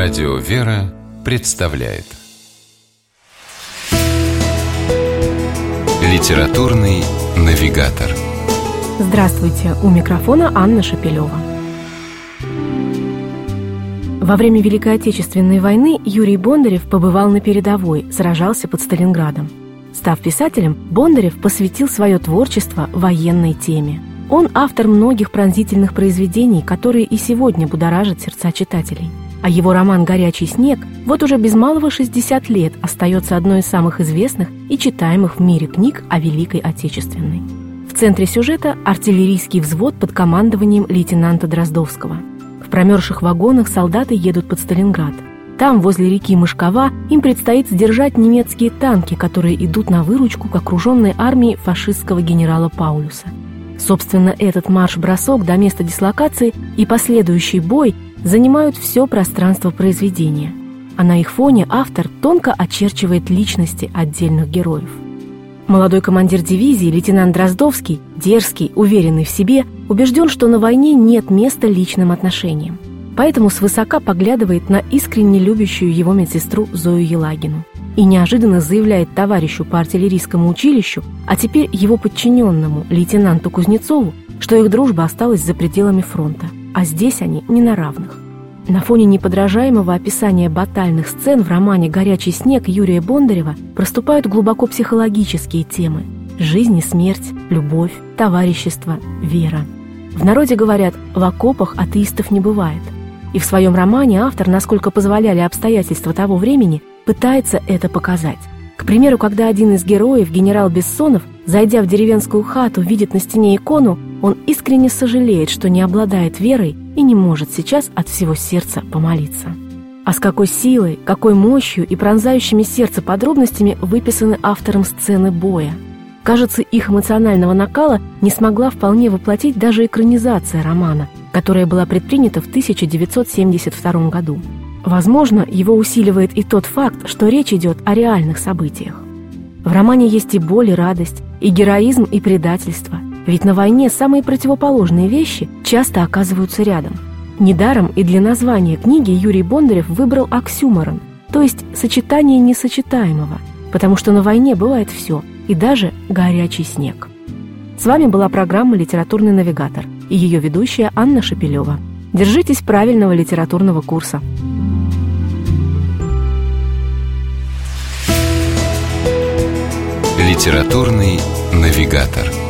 Радио «Вера» представляет Литературный навигатор. Здравствуйте, у микрофона Анна Шапилева. Во время Великой Отечественной войны Юрий Бондарев побывал на передовой, сражался под Сталинградом. Став писателем, Бондарев посвятил свое творчество военной теме. Он автор многих пронзительных произведений, которые и сегодня будоражат сердца читателей. А его роман «Горячий снег» вот уже без малого 60 лет остается одной из самых известных и читаемых в мире книг о Великой Отечественной. В центре сюжета артиллерийский взвод под командованием лейтенанта Дроздовского. В промерзших вагонах солдаты едут под Сталинград. Там, возле реки Мышкова, им предстоит сдержать немецкие танки, которые идут на выручку к окруженной армии фашистского генерала Паулюса. Собственно, этот марш-бросок до места дислокации и последующий бой занимают все пространство произведения, а на их фоне автор тонко очерчивает личности отдельных героев. Молодой командир дивизии, лейтенант Дроздовский, дерзкий, уверенный в себе, убежден, что на войне нет места личным отношениям. Поэтому свысока поглядывает на искренне любящую его медсестру Зою Елагину и неожиданно заявляет товарищу по артиллерийскому училищу, а теперь его подчиненному, лейтенанту Кузнецову, что их дружба осталась за пределами фронта, а здесь они не на равных. На фоне неподражаемого описания батальных сцен в романе «Горячий снег» Юрия Бондарева проступают глубоко психологические темы – жизнь и смерть, любовь, товарищество, вера. В народе говорят, в окопах атеистов не бывает. И в своем романе автор, насколько позволяли обстоятельства того времени, пытается это показать. К примеру, когда один из героев, генерал Бессонов, зайдя в деревенскую хату, видит на стене икону, он искренне сожалеет, что не обладает верой и не может сейчас от всего сердца помолиться. А с какой силой, какой мощью и пронзающими сердце подробностями выписаны автором сцены боя. Кажется, их эмоционального накала не смогла вполне воплотить даже экранизация романа, которая была предпринята в 1972 году. Возможно, его усиливает и тот факт, что речь идет о реальных событиях. В романе есть и боль, и радость, и героизм, и предательство. Ведь на войне самые противоположные вещи часто оказываются рядом. Недаром и для названия книги Юрий Бондарев выбрал оксюморон, то есть сочетание несочетаемого, потому что на войне бывает все, и даже горячий снег. С вами была программа «Литературный навигатор» и ее ведущая Анна Шапилева. Держитесь правильного литературного курса. Литературный навигатор.